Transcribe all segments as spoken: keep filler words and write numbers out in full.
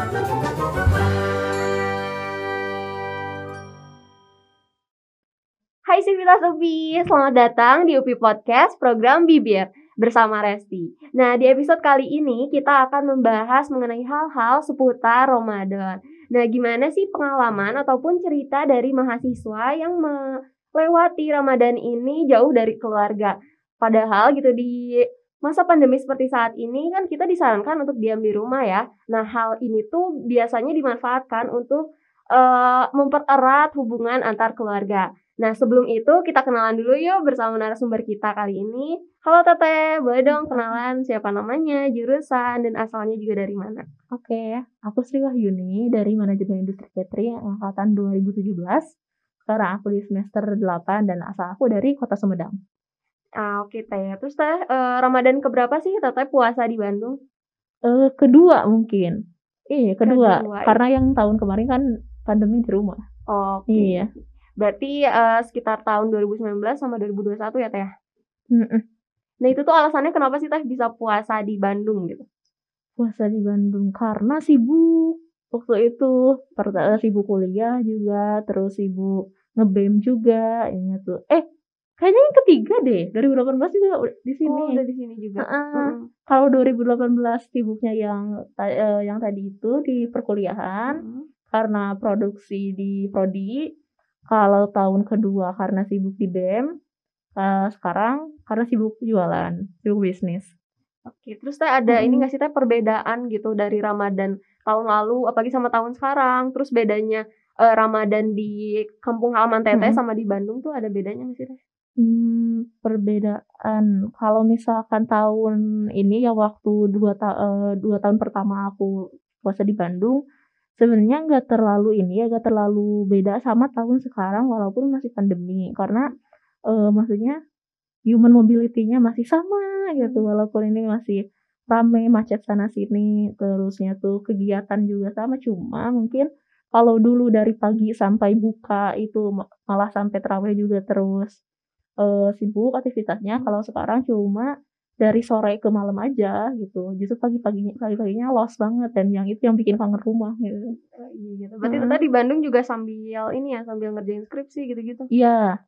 Hai Sivitas U P I, selamat datang di U P I Podcast program Bibir bersama Resti. Nah, di episode kali ini kita akan membahas mengenai hal-hal seputar Ramadan. Nah, gimana sih pengalaman ataupun cerita dari mahasiswa yang melewati Ramadan ini jauh dari keluarga? Padahal gitu di masa pandemi seperti saat ini kan kita disarankan untuk diam di rumah ya. Nah, hal ini tuh biasanya dimanfaatkan untuk uh, mempererat hubungan antar keluarga. Nah, sebelum itu kita kenalan dulu yuk bersama narasumber kita kali ini. Halo Teteh, boleh dong kenalan siapa namanya, jurusan, dan asalnya juga dari mana? Oke, aku Sri Wahyuni dari Manajemen Industri Catering angkatan dua ribu tujuh belas. Sekarang aku di semester delapan dan asal aku dari Kota Sumedang. Ah, oke Teh. Terus Teh, eh, Ramadan keberapa sih Teteh puasa di Bandung? Eh, kedua mungkin. Iya, kedua. Kedua, Karena yang tahun kemarin kan pandemi di rumah. Oke. Iya. Berarti uh, sekitar tahun dua ribu sembilan belas sama dua ribu dua puluh satu ya Teh? Mm-mm. Nah, itu tuh alasannya kenapa sih Teh bisa puasa di Bandung gitu? Puasa di Bandung karena sibuk. Waktu itu pertama sibuk kuliah juga, terus sibuk nge-B E M juga, ini tuh. Eh, kayaknya yang ketiga deh, dua ribu delapan belas juga di sini. Oh, udah di sini juga. Uh-uh. Mm-hmm. Kalau dua ribu delapan belas sibuknya yang uh, yang tadi itu di perkuliahan, mm-hmm. karena produksi di prodi. Kalau tahun kedua karena sibuk di B E M, uh, sekarang karena sibuk jualan, sibuk bisnis. Oke, terus Teh ada hmm. ini nggak sih Teh perbedaan gitu dari Ramadan tahun lalu, apalagi sama tahun sekarang? Terus bedanya uh, Ramadan di kampung halaman Teteh hmm. sama di Bandung tuh ada bedanya nggak sih Teh? Hmm, perbedaan. Kalau misalkan tahun ini ya waktu dua, ta- uh, dua tahun pertama aku puasa di Bandung, sebenarnya nggak terlalu ini ya, nggak terlalu beda sama tahun sekarang walaupun masih pandemi. Karena uh, maksudnya human mobility-nya masih sama gitu, walaupun ini masih rame macet sana sini, terusnya tuh kegiatan juga sama, cuma mungkin kalau dulu dari pagi sampai buka itu malah sampai tarawih juga terus uh, sibuk aktivitasnya. Kalau sekarang cuma dari sore ke malam aja gitu, justru pagi-paginya pagi-paginya los banget, dan yang itu yang bikin kangen rumah gitu. Oh, iya gitu. Berarti hmm. tadi di Bandung juga sambil ini ya, sambil ngerjain skripsi gitu-gitu. Iya.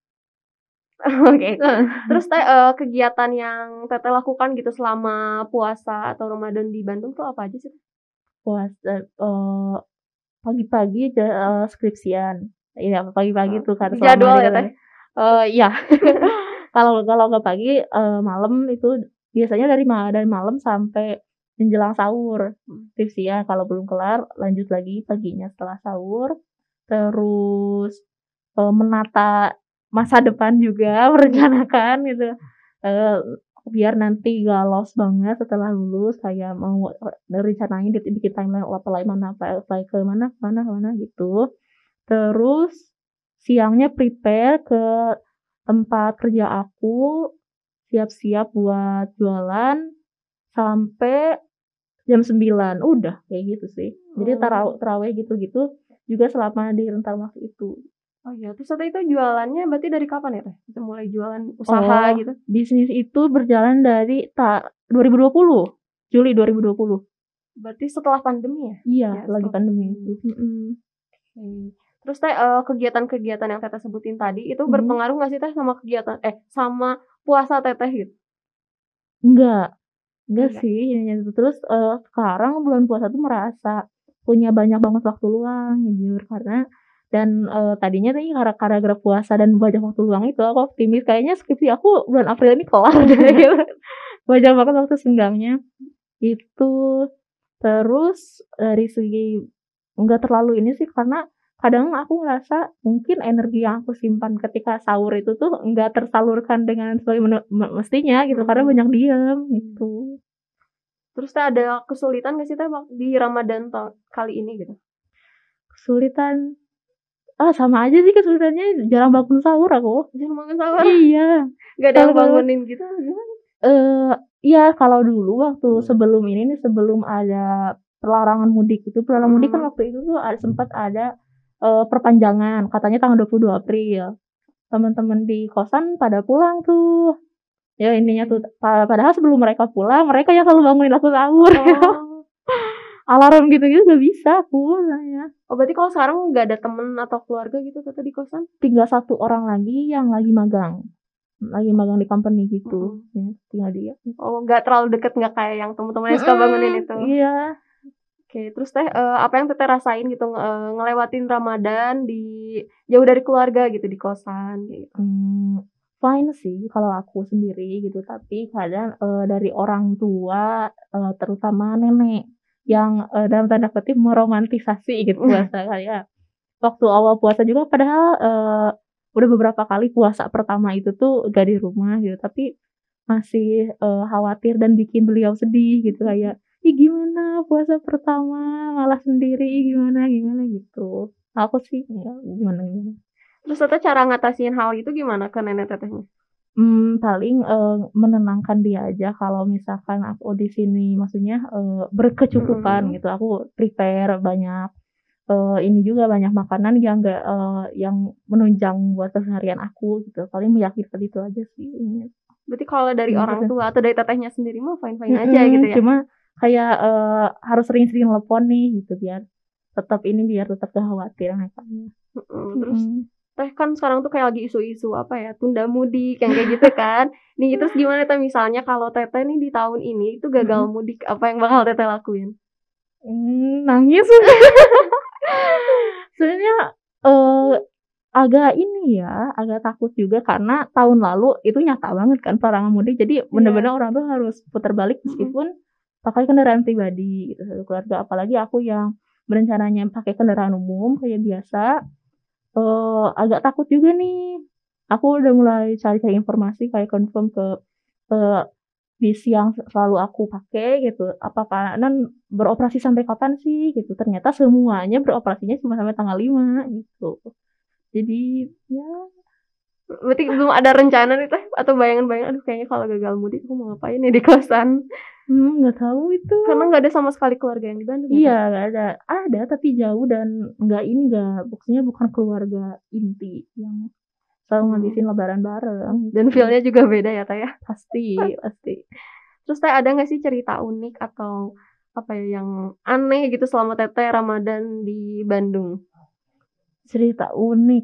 Oke. Okay. Terus Teh uh, kegiatan yang Teteh lakukan gitu selama puasa atau Ramadan di Bandung tuh apa aja sih? Puasa uh, pagi-pagi uh, skripsian. Iya, pagi-pagi oh, tuh kan jadwal ya Teh. Uh, iya. Kalau kalau ke pagi uh, malam itu biasanya dari dari malam sampai menjelang sahur. Skripsian, kalau belum kelar lanjut lagi paginya setelah sahur. Terus uh, menata masa depan juga, merencanakan gitu, uh, biar nanti gak lost banget setelah lulus, kayak mau rencanain bikin timeline apply mana apply ke mana mana mana gitu. Terus siangnya prepare ke tempat kerja aku, siap-siap buat jualan sampai jam sembilan, udah kayak gitu sih. Jadi tarawih tarawih gitu-gitu juga selama di rentang waktu itu. Oh iya, terus Teteh itu jualannya berarti dari kapan ya Teh? Kita mulai jualan usaha oh, gitu? Bisnis itu berjalan dari ta- dua ribu dua puluh, Juli dua ribu dua puluh. Berarti setelah pandemi ya? Iya, ya, lagi pandemi itu. Mm-hmm. Okay. Terus Teh uh, kegiatan-kegiatan yang Teteh sebutin tadi itu hmm. berpengaruh nggak sih Teh sama kegiatan eh sama puasa Teteh gitu? Enggak, enggak, enggak. sih. Terus uh, sekarang bulan puasa tuh merasa punya banyak banget waktu luang, jujur, karena dan uh, tadinya tadi gara-gara puasa dan banyak waktu luang itu aku optimis kayaknya skripsi aku bulan April ini kelar gitu. Banyak banget waktu senggangnya itu. Terus dari segi enggak terlalu ini sih, karena kadang aku ngerasa mungkin energi yang aku simpan ketika sahur itu tuh enggak tersalurkan dengan sesuai mestinya gitu, karena banyak diam gitu. Terus Teh ada kesulitan nggak sih Teh di Ramadan kali ini gitu? Kesulitan? Ah, sama aja sih kesulitannya, jarang bangun sahur aku. Jarang bangun sahur? Iya. Gak ada yang bangunin gitu gimana? Eh, uh, iya, kalau dulu waktu hmm. sebelum ini nih, sebelum ada pelarangan mudik itu, pelarangan hmm. mudik kan waktu itu tuh ada, sempat ada uh, perpanjangan, katanya tanggal dua puluh dua April. Teman-teman di kosan pada pulang tuh. Ya intinya tuh, padahal sebelum mereka pulang, mereka yang selalu bangunin aku sahur. Oh. alarm gitu-gitu gak bisa aku saya. Oh berarti kalau sekarang nggak ada temen atau keluarga gitu Teteh di kosan? Tinggal satu orang lagi yang lagi magang. Lagi magang di company gitu. Mm-mm. Ya, tinggal dia. Oh nggak terlalu deket, nggak kayak yang temen-temen yang suka bangunin itu. Iya. Oke, terus teh eh, apa yang Teteh rasain gitu eh, ngelewatin Ramadan di jauh dari keluarga gitu di kosan gitu. Hmm, fine sih kalau aku sendiri gitu, tapi kadang eh, dari orang tua eh, terutama nenek yang eh, dalam tanda kutip meromantisasi gitu puasa kayak waktu awal puasa juga padahal eh, udah beberapa kali puasa pertama itu tuh gak di rumah gitu, tapi masih eh, khawatir dan bikin beliau sedih gitu kayak ih gimana puasa pertama malah sendiri gimana gimana gitu. Aku sih ya, gimana gimana. Terus Teteh cara ngatasin hal itu gimana ke nenek Tetehnya? Hmm, paling, eee, menenangkan dia aja kalau misalkan aku di sini maksudnya, eee, berkecukupan Mhm. gitu, aku prepare banyak, eee, ini juga banyak makanan yang enggak, eee, yang menunjang buat keseharian aku gitu, paling meyakinkan itu aja sih ini. Berarti kalau dari Gimana orang tuh? tua atau dari Tetehnya sendiri mah fine-fine aja gitu Mhm, ya? cuma kayak, eee, harus sering-sering telepon nih gitu biar tetap ini, biar tetap gak khawatir makanya. Mhm, terus Mhm. Teh kan sekarang tuh kayak lagi isu-isu apa ya, tunda mudik yang kayak gitu kan. Nih terus gimana Teh misalnya kalau Teteh nih di tahun ini itu gagal Mhm. mudik, apa yang bakal Teteh lakuin? Mmm, nangis. Sebenarnya, eee, agak ini ya, agak takut juga karena tahun lalu itu nyata banget kan pelarangan mudik, jadi Iya. bener-bener orang tuh harus putar balik Mhm. meskipun pakai kendaraan pribadi gitu satu keluarga, apalagi aku yang berencananya pakai kendaraan umum kayak biasa, eee, agak takut juga nih. Aku udah mulai cari-cari informasi kayak confirm ke, eee, bis yang selalu aku pakai gitu, apakah nan beroperasi sampai kapan sih gitu, ternyata semuanya beroperasinya cuma sampai tanggal lima gitu. Jadi ya Berarti belum ada rencana nih Teh atau bayangan-bayangan, aduh kayaknya kalau gagal mudik aku mau ngapain ya di kosan? hmm, nggak tahu itu. Karena nggak ada sama sekali keluarga yang di Bandung ya Iya, Teh? nggak ada. Ada tapi jauh dan nggak ini, nggak maksudnya bukan keluarga inti yang selalu Hmm. ngabisin lebaran bareng Dan gitu. feel-nya juga beda ya Teh ya? Pasti, pasti. Terus Teh ada nggak sih cerita unik atau apa ya yang aneh gitu selama Teteh Ramadan di Bandung? Cerita unik.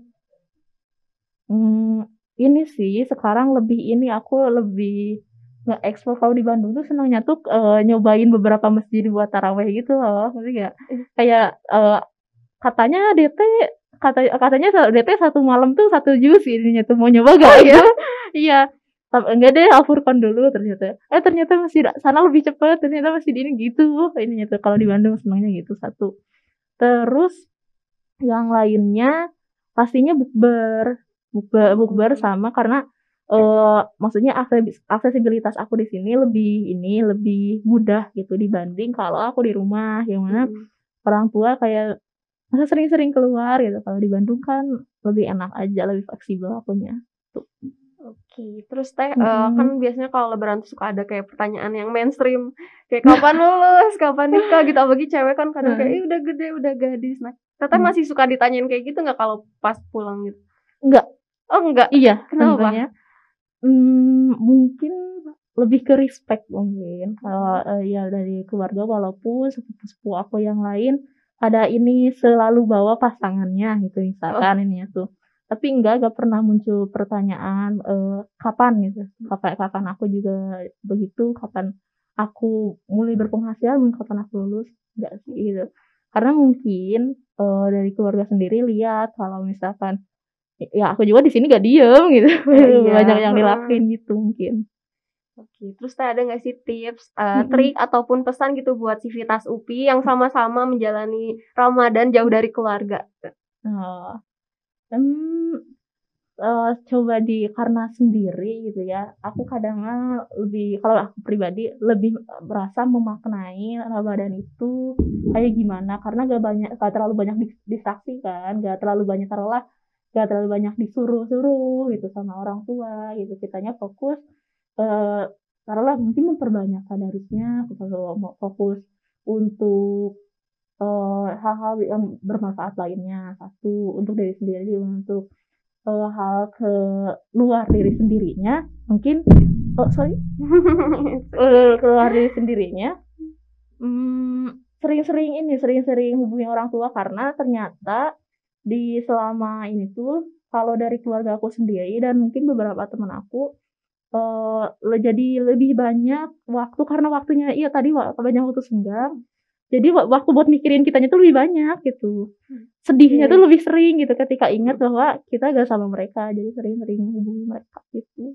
Mmm, ini sih sekarang lebih ini, aku lebih nge-explore kalau di Bandung tuh senangnya tuh, eee, nyobain beberapa masjid buat tarawih gitu loh, ngerti nggak? Eh. Kayak, eee, katanya D T kata katanya sa D T satu malam tuh satu juz ininya tuh, mau nyoba Oh nggak? iya? Iya, tap enggak deh Al-Furqan dulu ternyata. Eh, ternyata masjid sana lebih cepet, ternyata masjid ini gitu ininya tuh, kalau di Bandung senangnya gitu, satu. Terus yang lainnya pastinya bukber, bukbe bukber Oh. sama karena, eee, maksudnya aksebis aksesibilitas aku di sini lebih ini, lebih mudah gitu dibanding kalau aku di rumah, yang mana Mhm. orang tua kayak masa sering-sering keluar gitu, kalau di Bandung kan lebih enak aja, lebih fleksibel akunya, tuh. Oke, terus Teh, eee, kan Mhm. biasanya kalau lebaran tuh suka ada kayak pertanyaan yang mainstream, kayak kapan lulus, kapan nikah gitu, apalagi cewek kan kadang kayak, Heeh. "Ih udah gede, udah gadis." Nah, Teteh Mmm. masih suka ditanyain kayak gitu nggak kalau pas pulang gitu? Enggak, Oh enggak? iya Kenapa? tentunya. Mmm, mungkin lebih ke respect mungkin, kalau, Mhm. eee, ya dari keluarga walaupun sepupu-sepupu aku yang lain ada ini selalu bawa pasangannya gitu Oh. misalkan ininya tuh, tapi enggak, nggak pernah muncul pertanyaan, eee, kapan gitu, kapan kapan aku juga begitu, kapan aku mulai berpenghasilan, kapan aku lulus, enggak sih gitu. Karena mungkin, eee, dari keluarga sendiri lihat kalau misalkan ya aku juga di sini nggak diem gitu, Oh iya, banyak yang heeh. dilakuin gitu mungkin. Oke, terus Teh ada nggak sih tips, eee, Mhm. trik ataupun pesan gitu buat Civitas U P I yang sama-sama menjalani Ramadan jauh dari keluarga? Oh, mmm, eee, coba di karena sendiri gitu ya, aku kadang-kadang lebih kalau aku pribadi lebih merasa memaknai Ramadan itu kayak gimana, karena nggak banyak nggak terlalu banyak dis distraksi kan, nggak terlalu banyak taruhlah, nggak terlalu banyak disuruh-suruh gitu sama orang tua gitu, kitanya fokus, eee, taruhlah mungkin memperbanyak tadarusnya, kalau mau fokus untuk, eee, hal-hal yang bermanfaat lainnya, satu, untuk diri sendiri, untuk, eee, hal ke luar diri sendirinya mungkin oh sorry, eee, keluar diri sendirinya, mmm sering-sering ini, sering-sering hubungi orang tua karena ternyata di selama ini tuh kalau dari keluarga aku sendiri dan mungkin beberapa teman aku, eee, le jadi lebih banyak waktu karena waktunya iya tadi wa banyak waktu senggang, jadi wa waktu buat mikirin kitanya tuh lebih banyak gitu. Mmm, Sedihnya tuh oke. lebih sering gitu ketika ingat Mhm. bahwa kita gak sama mereka, jadi sering-sering hubungi mereka gitu.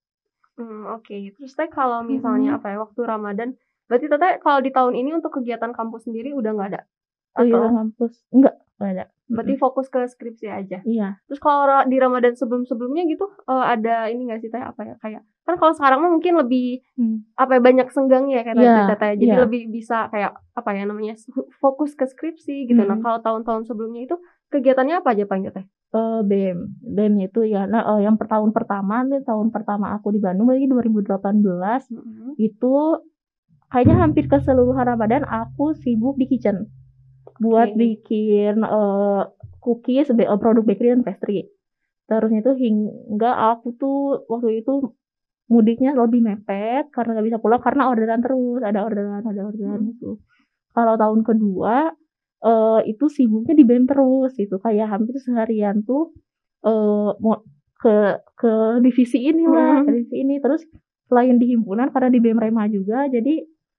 Mmm, oke. Terus Teh kalau misalnya, Mhm. apa ya, waktu Ramadan, berarti Teteh kalau di tahun ini untuk kegiatan kampus sendiri udah nggak ada? Kegiatan Atau kampus, enggak, nggak ada, berarti mhm. fokus ke skripsi aja? Iya. Terus kalau ra di Ramadan sebelum-sebelumnya gitu, eee, ada ini nggak sih Teh, apa ya, kayak kan kalau sekarang mah mungkin lebih, Mmm. apa ya, banyak senggangnya kayak Iya tadi Teteh, jadi iya. lebih bisa kayak, apa ya namanya, s fokus ke skripsi gitu. Nah, Mhm. kalau tahun-tahun sebelumnya itu kegiatannya apa aja paling Teteh? Eee, BEM. BEM itu ya nah, eee, yang per tahun pertama nih, tahun pertama aku di Bandung lagi dua ribu delapan belas, Mhm. itu kayaknya hampir keseluruhan Ramadan aku sibuk di kitchen. Buat Oke. bikin, eee, cookies, be eee, produk bakery dan pastry. Terus itu hingga aku tuh waktu itu mudiknya lebih mepet karena nggak bisa pulang karena orderan terus, ada orderan ada orderan Mhm. gitu. Kalau tahun kedua, eee, itu sibuknya di BEM terus gitu, kayak hampir seharian tuh, eee, mo ke ke divisi inilah, ke Mhm. divisi ini, terus selain di himpunan karena di BEM Rema juga jadi,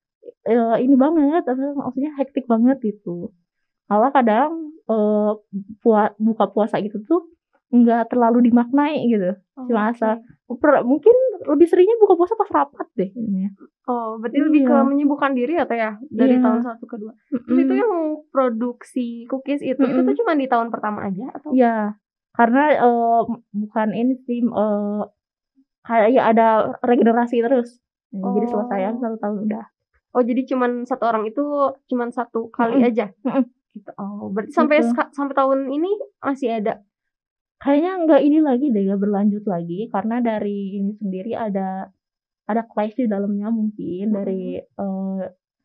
eee, ini banget, apa maksudnya hektik banget gitu. Malah kadang, eee, pua buka puasa gitu tuh nggak terlalu dimaknai gitu, cuma asal Oke. per mungkin lebih seringnya buka puasa pas rapat deh kayaknya. Oh, berarti lebih ke Iya. menyibukkan diri ya Teh ya, dari tahun Iya. satu ke dua. Terus itu Mhm. yang produksi cookies itu, itu tuh Mhm. cuman di tahun pertama aja atau? Iya. Karena, eee, bukan ini sih, eee, kayak ya ada regenerasi terus. Mmm, jadi selesaian Oh. satu tahun udah. Oh, jadi cuman satu orang itu cuman satu kali Mhm aja? mhm. Gitu. Oh, berarti sampai Gitu. seka sampai tahun ini masih ada? Kayaknya nggak ini lagi deh, nggak berlanjut lagi karena dari ini sendiri ada ada clash di dalamnya mungkin Mhm. dari, eee,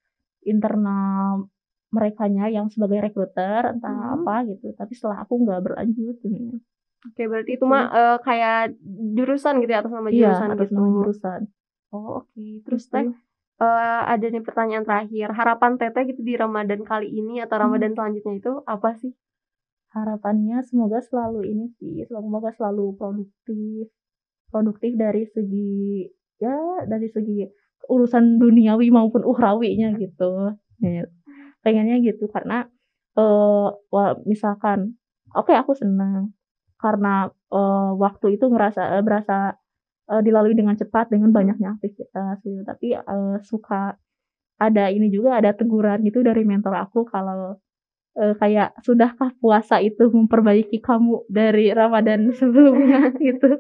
internal merekanya yang sebagai rekruter, entah Mhm. apa gitu, tapi setelah aku nggak berlanjut jadinya. Oke, berarti itu mah, Gitu. eee, kayak jurusan gitu ya, atas nama Iya, jurusan atas nama gitu. jurusan. Oh, oke. Terus Teh, Gitu. eee, ada nih pertanyaan terakhir, harapan Teteh gitu di Ramadan kali ini atau Mmm. Ramadan selanjutnya itu apa sih? Harapannya semoga selalu ini sih, semoga selalu produktif. Produktif dari segi ya dari segi urusan duniawi maupun ukhrawinya gitu. Iya, pengennya gitu karena, eee, wa misalkan oke aku senang karena, eee, waktu itu ngerasa eee, berasa, eee, dilalui dengan cepat dengan Mhm. banyaknya aktivitas gitu, tapi, eee, suka ada ini juga, ada teguran gitu dari mentor aku kalau, eee, kayak, "Sudahkah puasa itu memperbaiki kamu dari Ramadan sebelumnya?" Gitu.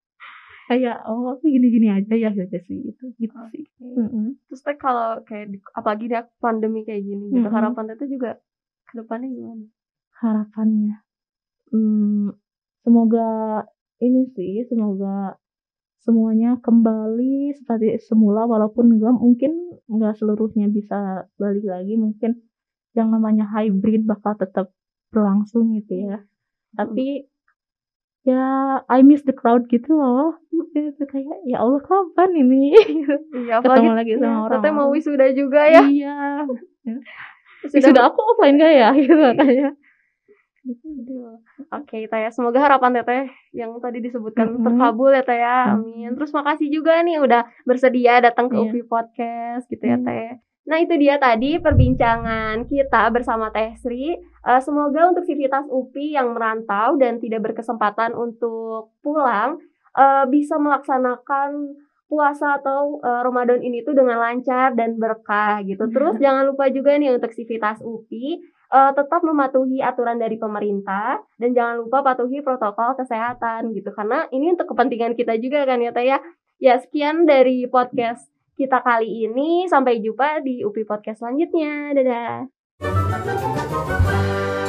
Kayak, "Oh aku gini-gini aja ya," gitu sih, itu gitu sih. Oke. Mhm. Terus Teh kalau kayak di apalagi dah pandemi kayak gini gitu, Mhm. harapan Teteh juga ke depannya gimana? Harapannya, mmm, semoga ini sih, semoga semuanya kembali seperti semula walaupun enggak mungkin enggak seluruhnya bisa balik lagi, mungkin yang namanya hybrid bakal tetap berlangsung gitu ya. Mhm. Tapi, ya I miss the crowd gitu loh. Gitu kayak, "Ya Allah kapan ini?" Iya, apalagi Ketemu lagi iya, sama Teteh mau orang-orang. wisuda juga ya. Iya, ya. Wisuda Wisuda ber aku offline nggak ya? Gitu i makanya. Gitu. Aduh. Oke Teh, semoga harapan Teteh yang tadi disebutkan Mhm. terkabul ya Teh ya, amin. Amin. Terus makasih juga nih udah bersedia datang ke Iya. UPI Podcast gitu ya Iya. Teh. Nah itu dia tadi perbincangan kita bersama Teh Sri, eee, semoga untuk sivitas UPI yang merantau dan tidak berkesempatan untuk pulang, eee, bisa melaksanakan puasa atau, eee, Ramadan ini tuh dengan lancar dan berkah gitu. Terus jangan lupa juga nih untuk sivitas UPI, eee, tetap mematuhi aturan dari pemerintah dan jangan lupa patuhi protokol kesehatan gitu, karena ini untuk kepentingan kita juga kan ya Teh ya. Ya sekian dari podcast kita kali ini, sampai jumpa di UPI Podcast selanjutnya, dadah.